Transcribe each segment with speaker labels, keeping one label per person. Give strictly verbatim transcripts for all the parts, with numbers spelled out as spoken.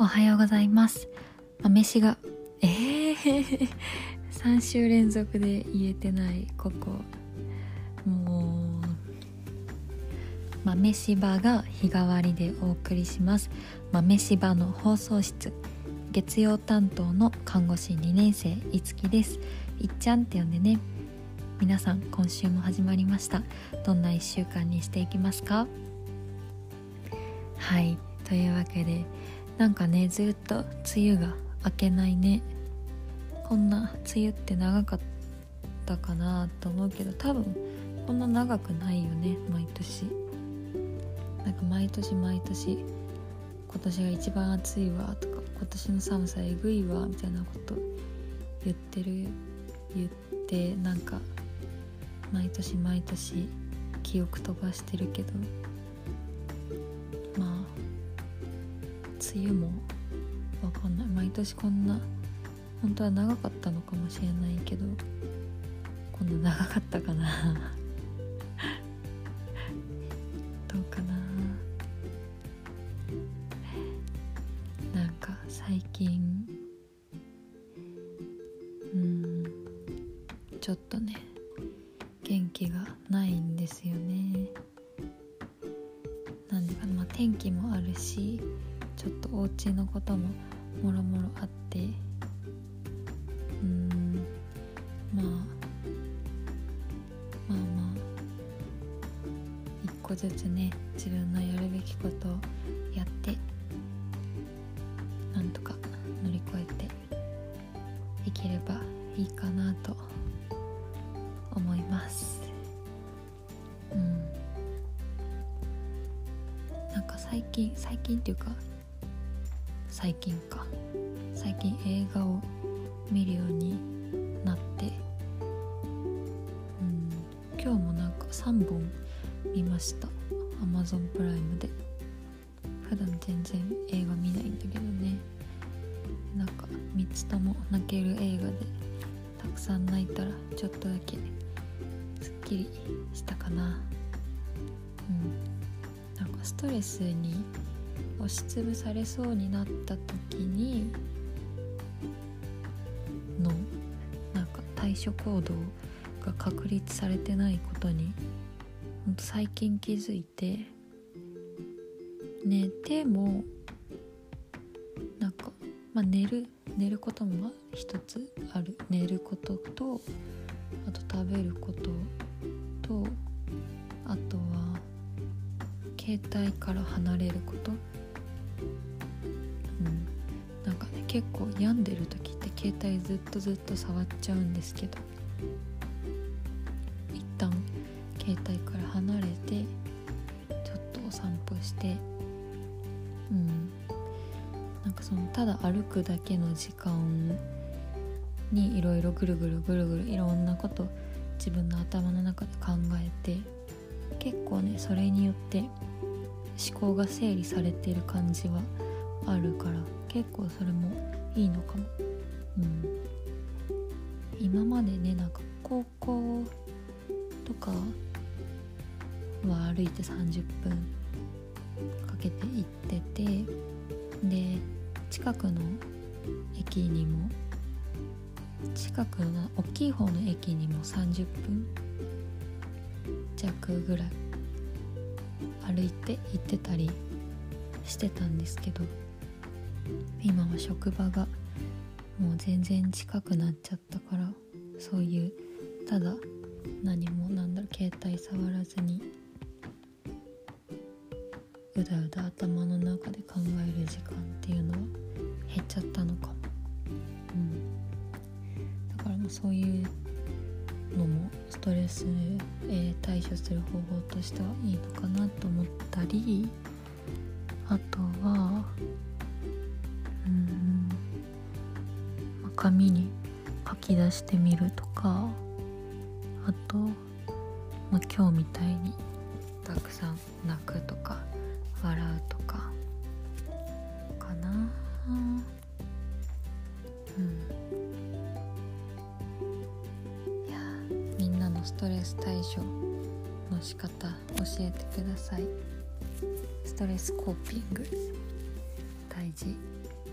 Speaker 1: おはようございます。豆しがえーさん週連続で言えてないここもう豆しばが日替わりでお送りします。豆しばの放送室、月曜担当の看護師にねん生いつきです。いっちゃんって呼んでね。皆さん今週も始まりました。どんないっしゅうかんにしていきますか？はい、というわけでなんかね、ずっと梅雨が明けないね。こんな梅雨って長かったかなと思うけど、多分こんな長くないよね。毎年なんか毎年毎年今年が一番暑いわとか、今年の寒さえぐいわみたいなこと言ってる言ってなんか毎年毎年記憶飛ばしてるけど、まあ梅雨もわかんない。毎年こんな本当は長かったのかもしれないけど、こんな長かったかなどうかな。なんか最近うーんちょっとね元気がないんですよね。なんでかな、まあ、天気もあるし、ちょっとお家のことももろもろあって、うーんまあまあまあ一個ずつね、自分のやるべきことをやってなんとか乗り越えていければいいかなと思います。うんなんか最近最近っていうか最近か最近映画を見るようになって、うん今日もなんかさんぼん見ました。 Amazon プライムで。普段全然映画見ないんだけどね、なんかみっつとも泣ける映画でたくさん泣いたらちょっとだけすっきりしたかな。うんなんかストレスに押しつぶされそうになった時にのなんか対処行動が確立されてないことにほんと最近気づいて、寝てもなんか、まあ、寝る寝ることも一つある。寝ることと、あと食べることと、あとは携帯から離れること。うんなんかね、結構病んでる時って携帯ずっとずっと触っちゃうんですけど、一旦携帯から離れてちょっとお散歩して、うんなんかそのただ歩くだけの時間にいろいろぐるぐるぐるぐるいろんなこと自分の頭の中で考えて、結構ねそれによって思考が整理されている感じはあるから、結構それもいいのかも。うん今までねなんか高校とかは歩いてさんじゅっぷんかけて行ってて、で近くの駅にも近くの大きい方の駅にもさんじゅっぷん弱ぐらい歩いて行ってたりしてたんですけど、今は職場がもう全然近くなっちゃったから、そういうただ何もなんだろう携帯触らずにうだうだ頭の中で考える時間っていうのは減っちゃったのかも。うんだからもうそういうのもストレス、えー、対処する方法としてはいいのかなと思ったり、あとはうーん、まあ、紙に書き出してみるとか、あと、まあ、今日みたいにたくさん泣くとか笑うとかかな。うんいやみんなのストレス対処の仕方教えてください。ストレスコーピング大事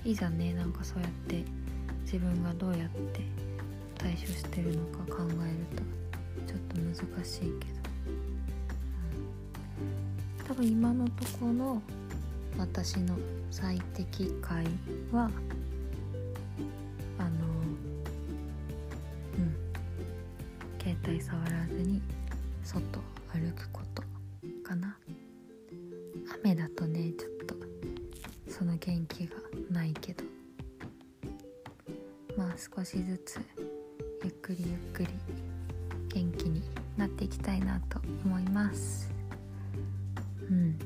Speaker 1: いざねなんかそうやって自分がどうやって対処してるのか考えるとちょっと難しいけど、うん、多分今のところの私の最適解はあのうん携帯触らずに外を歩くことかな。雨だとねちょっとその元気がないけど、まあ少しずつゆっくりゆっくり元気になっていきたいなと思います。うん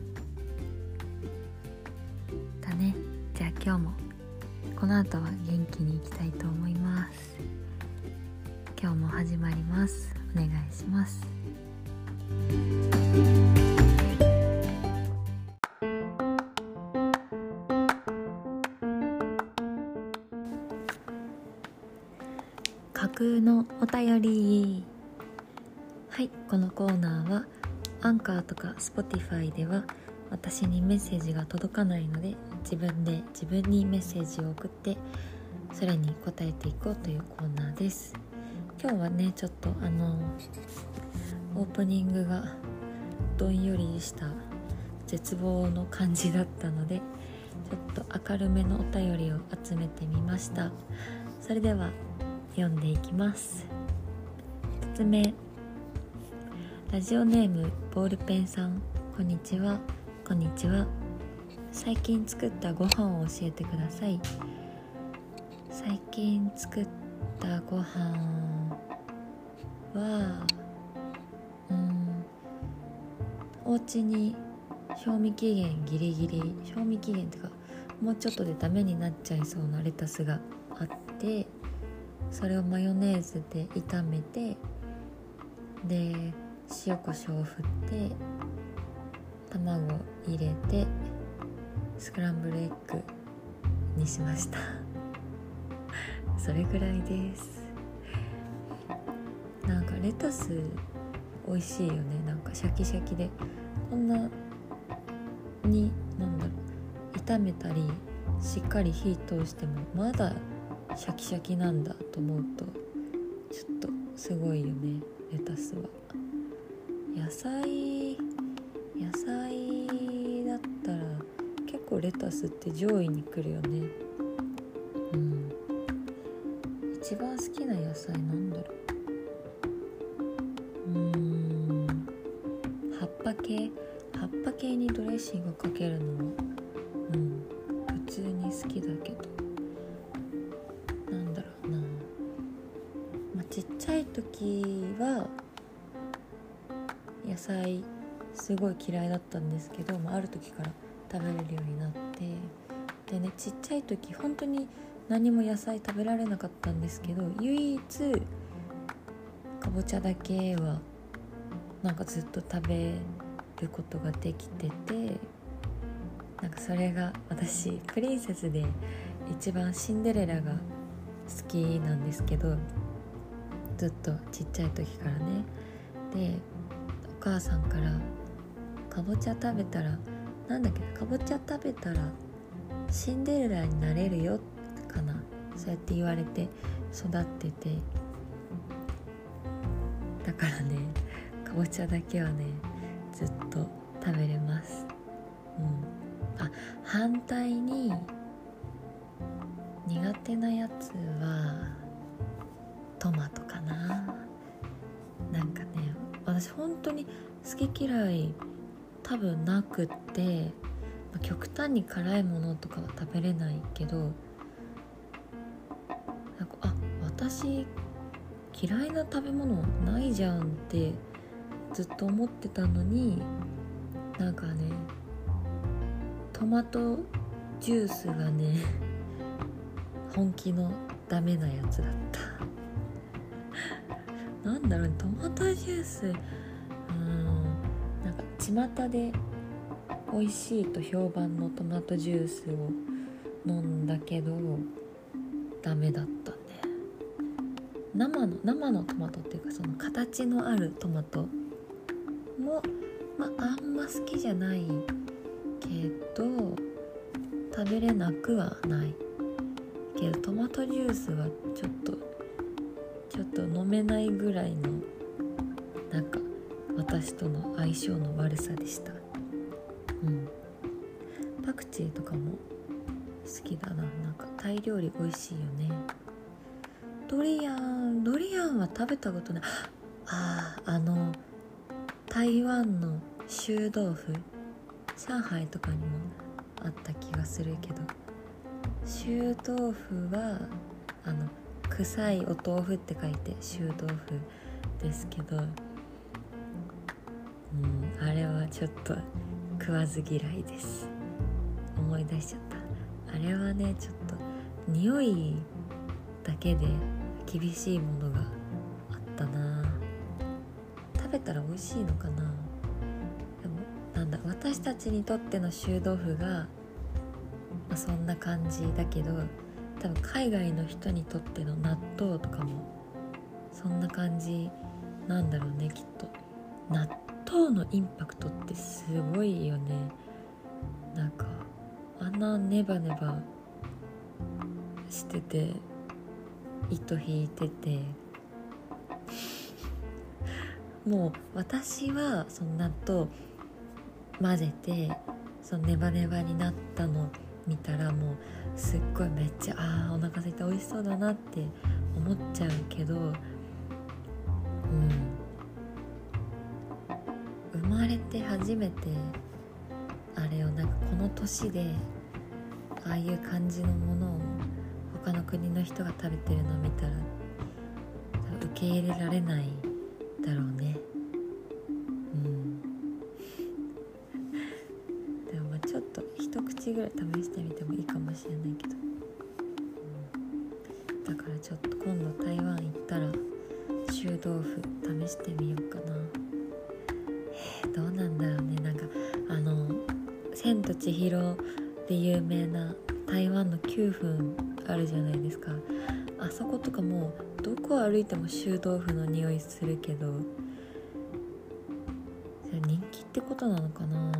Speaker 1: だね。じゃあ今日もこの後は元気にいきたいと思います。今日も始まります。お願いします。架空のお便り。はい、このコーナーはアンカーとか Spotify では私にメッセージが届かないので、自分で自分にメッセージを送ってそれに答えていこうというコーナーです。今日はねちょっとあのオープニングがどんよりした絶望の感じだったので、ちょっと明るめのお便りを集めてみました。それでは読んでいきます。ひとつめ、ラジオネームボールペンさん、こんにちは。こんにちは。最近作ったご飯を教えてください。最近作ったご飯はうんお家に賞味期限ギリギリ賞味期限ってかもうちょっとでダメになっちゃいそうなレタスがあって、それをマヨネーズで炒めて、で塩コショウを振って卵入れてスクランブルエッグにしましたそれぐらいです。なんかレタス美味しいよね。なんかシャキシャキで、こんなになんだろう炒めたりしっかり火通してもまだシャキシャキなんだと思うとちょっとすごいよね。レタスは野菜野菜だったら結構レタスって上位に来るよね。うん一番好きな野菜なんだろう。うーん葉っぱ系葉っぱ系にドレッシングかけるのはうん普通に好きだけど、なんだろうな、まあ、ちっちゃい時は野菜すごい嫌いだったんですけど、まあ、ある時から食べれるようになって、でねちっちゃい時本当に何も野菜食べられなかったんですけど、唯一かぼちゃだけはなんかずっと食べることができてて、なんかそれが私プリンセスで一番シンデレラが好きなんですけど、ずっとちっちゃい時からね。でお母さんからかぼちゃ食べたらなんだっけかぼちゃ食べたらシンデレラになれるよかな、そうやって言われて育ってて、だからねかぼちゃだけはねずっと食べれます。うんあ反対に苦手なやつはトマトかな。なんかね私本当に好き嫌い多分なくって、まあ、極端に辛いものとかは食べれないけど、なんかあ私嫌いな食べ物ないじゃんってずっと思ってたのに、なんかねトマトジュースがね本気のダメなやつだったなんだろうねトマトジュース、うーんなんか巷で美味しいと評判のトマトジュースを飲んだけどダメだったね。生の生のトマトっていうかその形のあるトマトも、まあ、あんま好きじゃないけど食べれなくはないけどトマトジュースはちょっとちょっと飲めないぐらいのなんか私との相性の悪さでした。うん。パクチーとかも好きだな。なんかタイ料理美味しいよね。ドリアンドリアンは食べたことない。あああの台湾の臭豆腐、上海とかにもあった気がするけど、臭豆腐はあの臭いお豆腐って書いて臭豆腐ですけど、うん、あれはちょっと食わず嫌いです。思い出しちゃった。あれはね、ちょっと匂いだけで厳しいものがあったな。食べたら美味しいのかな。でもなんだ、私たちにとっての臭豆腐が、まあ、そんな感じだけど、多分海外の人にとっての納豆とかもそんな感じなんだろうね、きっと。納豆のインパクトってすごいよね。なんかあんなネバネバしてて糸引いててもう私はその納豆混ぜてそのネバネバになったの見たらもうすっごいめっちゃあーお腹空いた美味しそうだなって思っちゃうけど、うん生まれて初めてあれをなんかこの年でああいう感じのものを他の国の人が食べてるのを見たら受け入れられないだろうね。うんでもまあちょっと一口ぐらい試してみてもいいかもしれないけど、うん、だからちょっと今度台湾行ったら臭豆腐試してみようかな。えー、どうなんだろうね。なんかあの千と千尋で有名な台湾のきゅうふんあるじゃないですか。あそことかもうどこ歩いても臭豆腐の匂いするけど、人気ってことなのかな。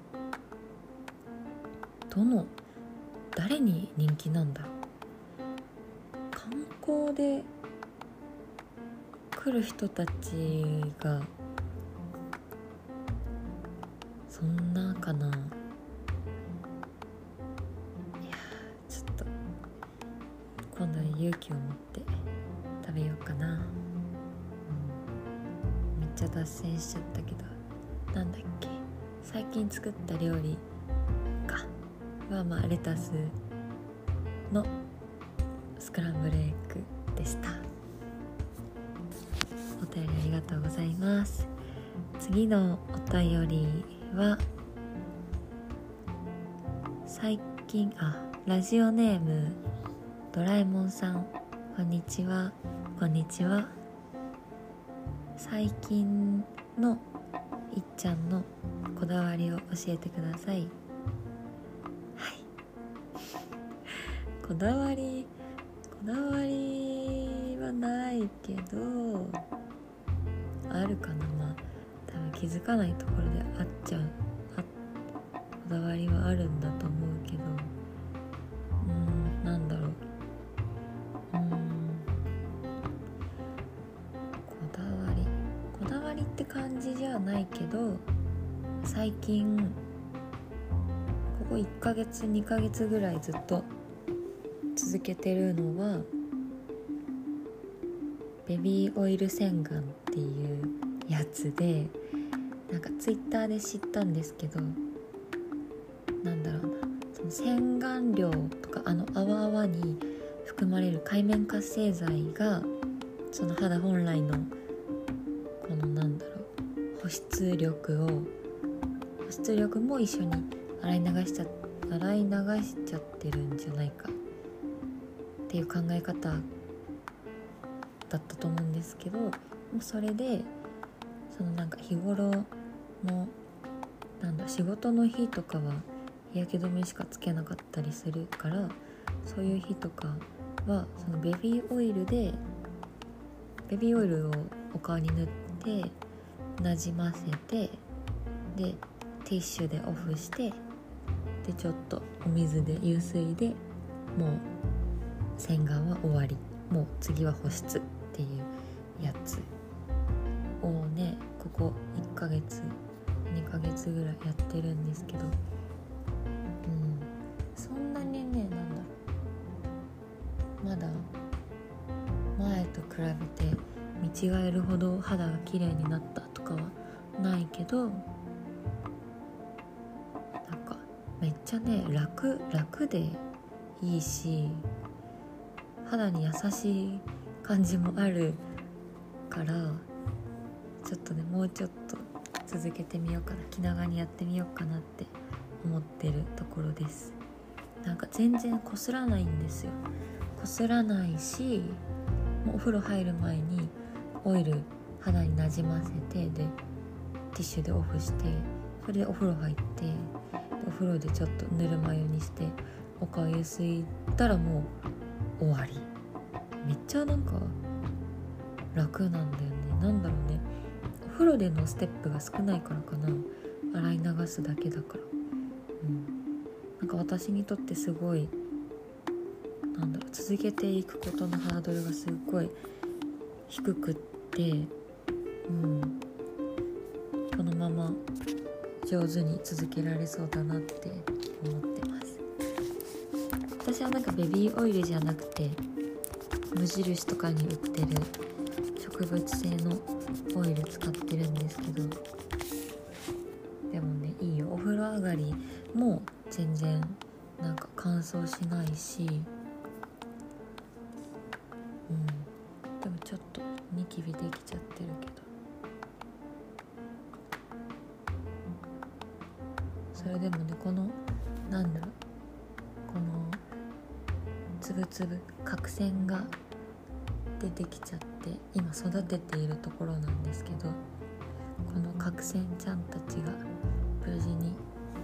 Speaker 1: どの誰に人気なんだろう。観光で来る人たちがそんなかな。いやちょっと今度は勇気を持って食べようかな、うん、めっちゃ脱線しちゃったけど、なんだっけ、最近作った料理かはまあレタスのスクランブルエッグでした。お便りありがとうございます。次のお便りは最近あラジオネームドラえもんさん、こんにちは。こんにちは。最近のいっちゃんのこだわりを教えてください。はい。こだわりこだわりはないけどあるかな。まあ多分気づかないところであっちゃうあこだわりはあるんだと思うけど、うーんなんだろううーんこだわりこだわりって感じじゃないけど、最近ここいっかげつにかげつぐらいずっと続けてるのはベビーオイル洗顔っていうやつで、なんかツイッターで知ったんですけど、なんだろうな、その洗顔料とかあの泡々に含まれる界面活性剤がその肌本来のこのなんだろう保湿力を保湿力も一緒に洗い流しちゃ洗い流しちゃってるんじゃないかっていう考え方だったと思うんですけど、もうそれでそのなんか日頃のなんだ仕事の日とかは日焼け止めしかつけなかったりするから、そういう日とかはそのベビーオイルでベビーオイルをお顔に塗ってなじませて、でティッシュでオフして、でちょっとお水で流水でもう洗顔は終わり、もう次は保湿っていうやつをねここいっかげつにかげつぐらいやってるんですけど、うん、そんなにねなんだろう、まだ前と比べて見違えるほど肌が綺麗になったとかはないけど、なんかめっちゃね楽楽でいいし、肌に優しい感じもあるから、ちょっとねもうちょっと続けてみようかな、気長にやってみようかなって思ってるところです。なんか全然こすらないんですよ。こすらないし、もうお風呂入る前にオイル肌になじませて、でティッシュでオフして、それでお風呂入って、お風呂でちょっとぬるま湯にしてお顔ゆすいだらもう終わり。めっちゃなんか楽なんだよね。なんだろうね、お風呂でのステップが少ないからかな、洗い流すだけだから、うん、なんか私にとってすごいなんだろう、続けていくことのハードルがすごい低くって、うん、このまま上手に続けられそうだなって思ってます。私はなんかベビーオイルじゃなくて無印とかに売ってる植物性のオイル使ってるんですけど、でもねいいよ、お風呂上がりも全然なんか乾燥しないし、うん、でもちょっとニキビできちゃってるけど、それでもねこのなんだろう、このつぶつぶ角栓が出てきちゃって今育てているところなんですけど、この角栓ちゃんたちが無事に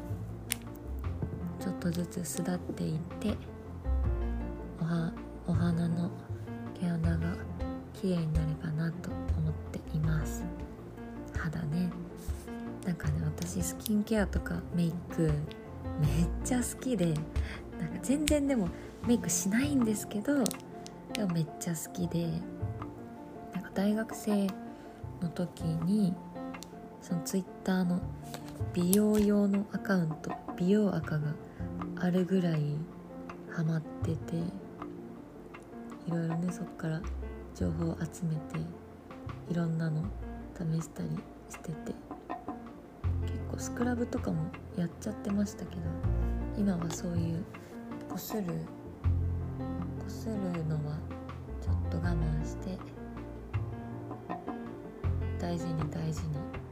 Speaker 1: ちょっとずつ巣立っていって、おはお花の毛穴が綺麗になればなと思っています。肌ね、なんかね私スキンケアとかメイクめっちゃ好きで、なんか全然でもメイクしないんですけど、でもめっちゃ好きで、なんか大学生の時にそのツイッターの美容用のアカウント、美容アカがあるぐらいハマってて、いろいろねそっから情報を集めていろんなの試したりしてて、結構スクラブとかもやっちゃってましたけど、今はそういうこするこするのはちょっと我慢して大事に大事に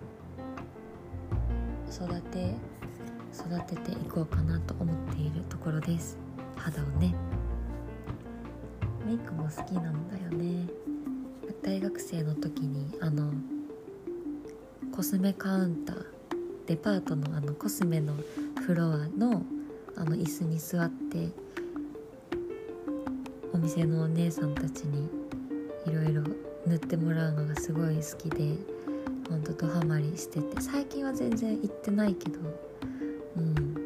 Speaker 1: 育て育てていこうかなと思っているところです。肌をね、メイクも好きなんだよね。大学生の時にあのコスメカウンター、デパートのあのコスメのフロアのあの椅子に座ってお店のお姉さんたちにいろいろ塗ってもらうのがすごい好きで、ほんとドハマりしてて、最近は全然行ってないけど、うんで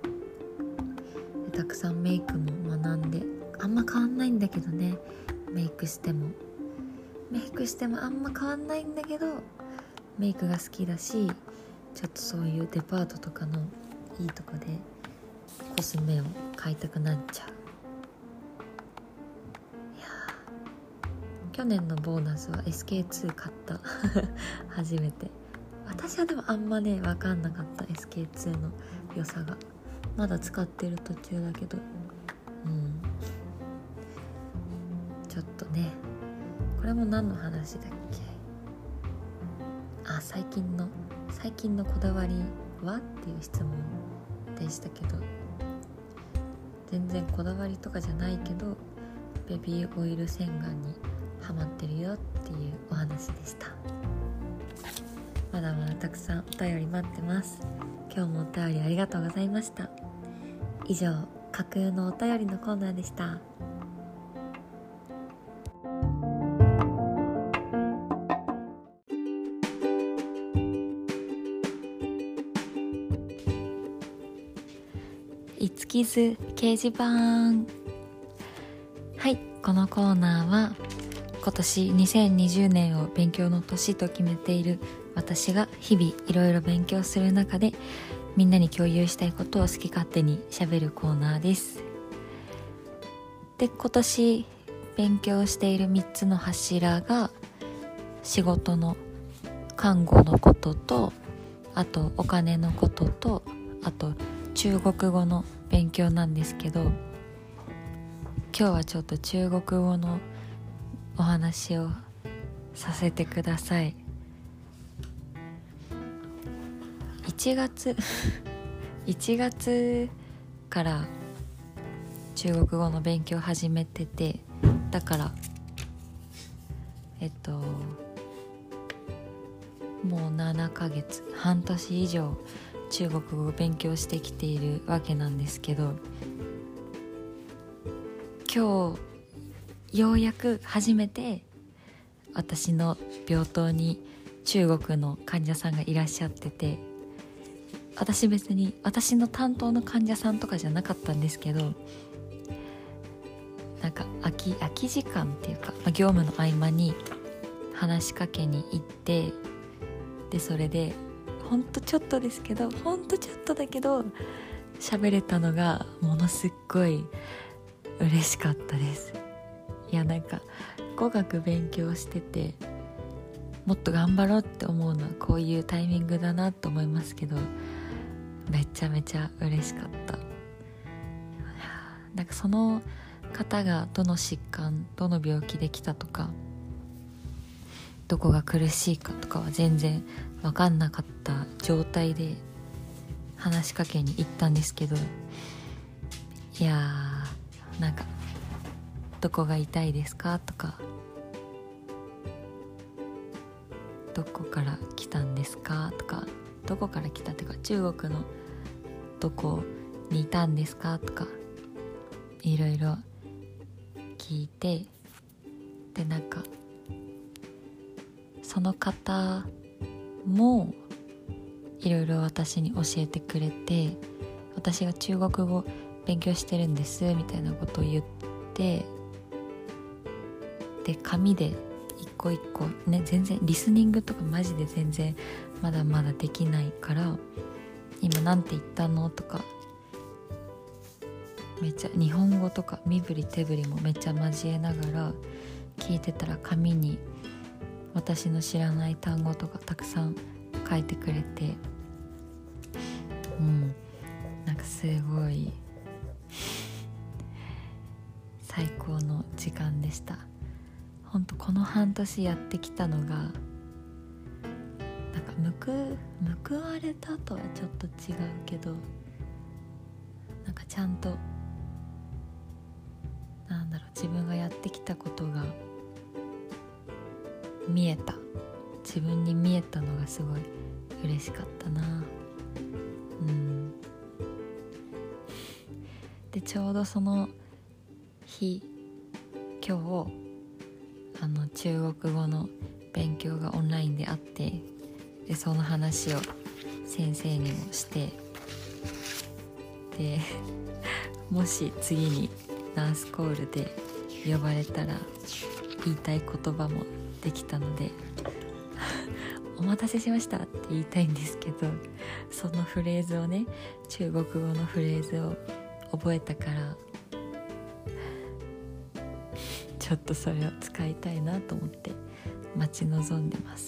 Speaker 1: たくさんメイクも学んで、あんま変わんないんだけどね、メイクしてもメイクしてもあんま変わんないんだけど、メイクが好きだし、ちょっとそういうデパートとかのいいとこでコスメを買いたくなっちゃう。いや去年のボーナスは エスケーツー 買った初めて。私はでもあんまね分かんなかった エスケーツー の良さが。まだ使ってる途中だけど、うんちょっとね、これも何の話だっけ、あ最近の最近のこだわりはっていう質問でしたけど、全然こだわりとかじゃないけどベビーオイル洗顔にハマってるよっていうお話でした。まだまだたくさんお便り待ってます。今日もお便りありがとうございました。以上、架空のお便りのコーナーでした。いつきず掲示板。はい、 このコーナーは今年にせんにじゅうねんを勉強の年と決めている私が日々いろいろ勉強する中でみんなに共有したいことを好き勝手にしゃべるコーナーです。で、今年勉強しているみっつの柱が仕事の看護のことと、あとお金のことと、あと中国語の勉強なんですけど、今日はちょっと中国語のお話をさせてください。いちがついちがつから中国語の勉強を始めてて、だからえっともうななかげつ、半年以上中国語を勉強してきているわけなんですけど、今日ようやく初めて私の病棟に中国の患者さんがいらっしゃってて、私別に私の担当の患者さんとかじゃなかったんですけど、なんか空き、空き時間っていうか、まあ、業務の合間に話しかけに行って、でそれでほんとちょっとですけどほんとちょっとだけど喋れたのがものすっごい嬉しかったです。いや、なんか語学勉強しててもっと頑張ろうって思うのはこういうタイミングだなと思いますけど、めちゃめちゃ嬉しかった。なんかその方がどの疾患、どの病気で来たとか、どこが苦しいかとかは全然分かんなかった状態で話しかけに行ったんですけど、いやー、なんかどこが痛いですかとか、どこから来たんですかとか、どこから来たっていうか中国のどこにいたんですかとかいろいろ聞いて、でなんかその方もいろいろ私に教えてくれて、私が中国語勉強してるんですみたいなことを言って、で紙で一個一個ね、全然リスニングとかマジで全然まだまだできないから、今なんて言ったのとか、めっちゃ日本語とか身振り手振りもめっちゃ交えながら聞いてたら、紙に私の知らない単語とかたくさん書いてくれて、うん、なんかすごい最高の時間でした。ほんとこの半年やってきたのが、なんか報報われたとはちょっと違うけど、なんかちゃんとなんだろう、自分がやってきたことが見えた、自分に見えたのがすごい嬉しかったな。うん。でちょうどその日、今日あの中国語の勉強がオンラインであって、でその話を先生にもして、でもし次にナースコールで呼ばれたら言いたい言葉もできたのでお待たせしましたって言いたいんですけど、そのフレーズをね、中国語のフレーズを覚えたからちょっとそれを使いたいなと思って待ち望んでます。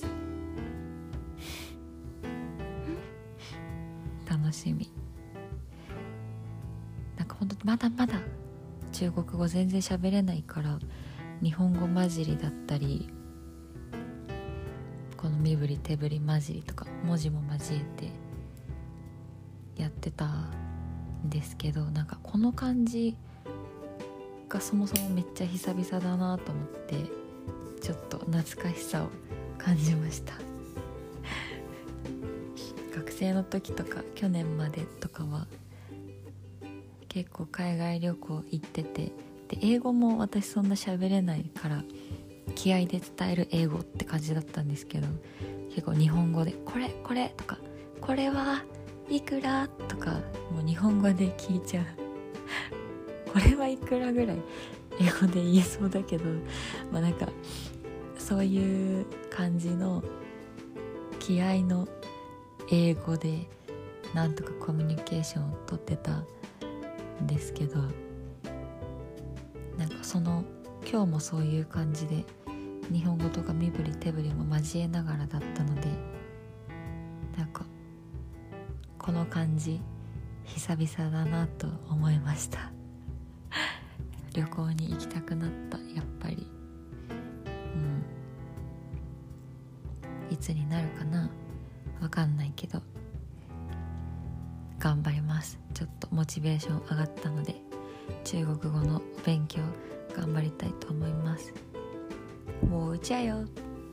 Speaker 1: 楽しみ。なんかほんとまだまだ中国語全然喋れないから、日本語混じりだったり、この身振り手振り混じりとか文字も交えてやってたんですけど、なんかこの感じがそもそもめっちゃ久々だなと思って、ちょっと懐かしさを感じました。学生の時とか去年までとかは結構海外旅行行ってて、で英語も私そんな喋れないから気合で伝える英語って感じだったんですけど、結構日本語でこれこれとか、これはいくらとかもう日本語で聞いちゃうこれはいくらぐらい英語で言えそうだけど、まあなんかそういう感じの気合の英語でなんとかコミュニケーションをとってたんですけど、なんかその今日もそういう感じで日本語とか身振り手振りも交えながらだったので、なんかこの感じ久々だなと思いました旅行に行きたくなった。やっぱりうんいつになるかなわかんないけど頑張ります。ちょっとモチベーション上がったので中国語の勉強頑張りたいと思います。もう加油。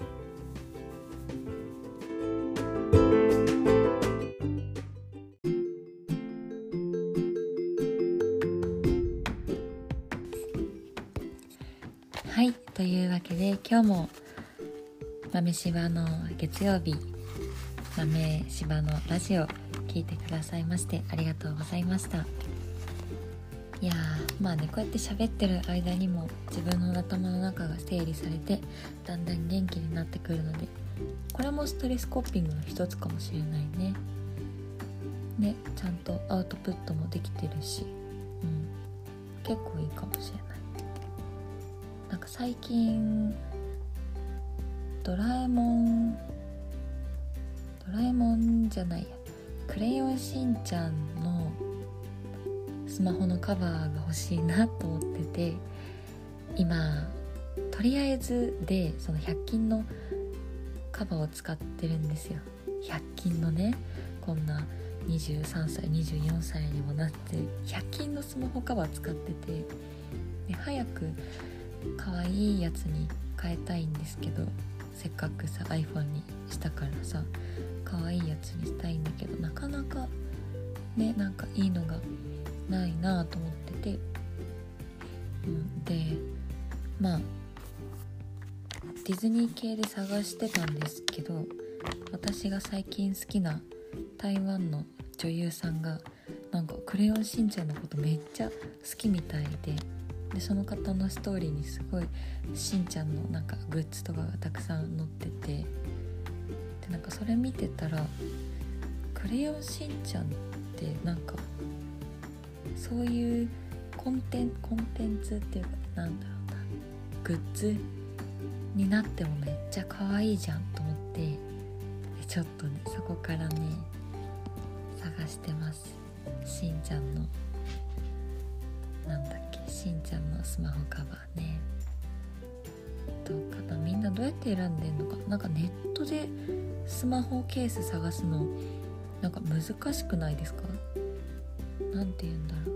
Speaker 1: はい、というわけで今日も豆柴の月曜日豆柴のラジオ聞いてくださいましてありがとうございました。いやーまあね、こうやって喋ってる間にも自分の頭の中が整理されてだんだん元気になってくるので、これもストレスコッピングの一つかもしれないね。ね、ちゃんとアウトプットもできてるし、うん、結構いいかもしれない。なんか最近ドラえもんドラえもんじゃないやクレヨンしんちゃんのスマホのカバーが欲しいなと思ってて、今とりあえずでそのひゃく均のカバーを使ってるんですよ。ひゃく均のね、こんなにじゅうさんさいにじゅうよんさいにもなってひゃく均のスマホカバー使ってて、で早く可愛いやつに変えたいんですけど、せっかくさ iPhone にしたからさ可愛いやつにしたいんだけど、なかなかねなんかいいのがないなと思ってて、うん、でまあディズニー系で探してたんですけど、私が最近好きな台湾の女優さんがなんかクレヨンしんちゃんのことめっちゃ好きみたいで、でその方のストーリーにすごいしんちゃんのなんかグッズとかがたくさん載ってて、でなんかそれ見てたらクレヨンしんちゃんってなんかそういうコンテンコンテンツっていうかなんだろうなグッズになってもめっちゃ可愛いじゃんと思って、でちょっとねそこからね探してます。しんちゃんのなんだっけしんちゃんのスマホカバーね。どうかな、みんなどうやって選んでんのか。なんかネットでスマホケース探すのなんか難しくないですか？なんて言うんだろう、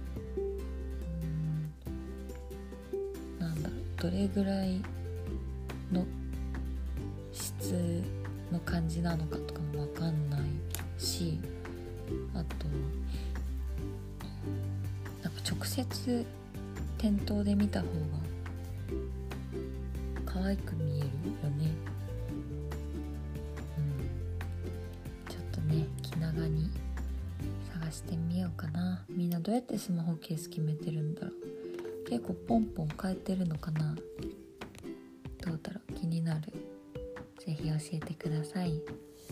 Speaker 1: うーんなんだろうどれぐらいの質の感じなのかとかもわかんないし、あとなんか直接店頭で見た方が可愛く見えるよね。うん、ちょっとね気長に探してみようかな。みんなどうやってスマホケース決めてるんだろう。結構ポンポン変えてるのかな。どうだろう、気になる。ぜひ教えてください。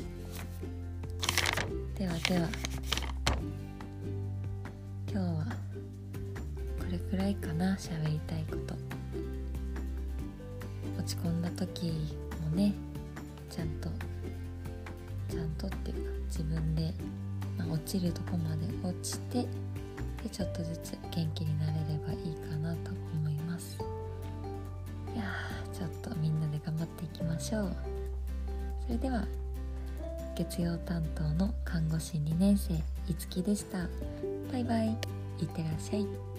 Speaker 1: ではでは今日はこれくらいかな。喋りたいこと、落ち込んだ時もねちゃんとちゃんとっていうか自分で、まあ、落ちるとこまで落ちて、でちょっとずつ元気になれればいいかなと思います。いやーちょっとみんなで頑張っていきましょう。それでは月曜担当の看護師にねん生いつきでした。バイバイ、いってらっしゃい。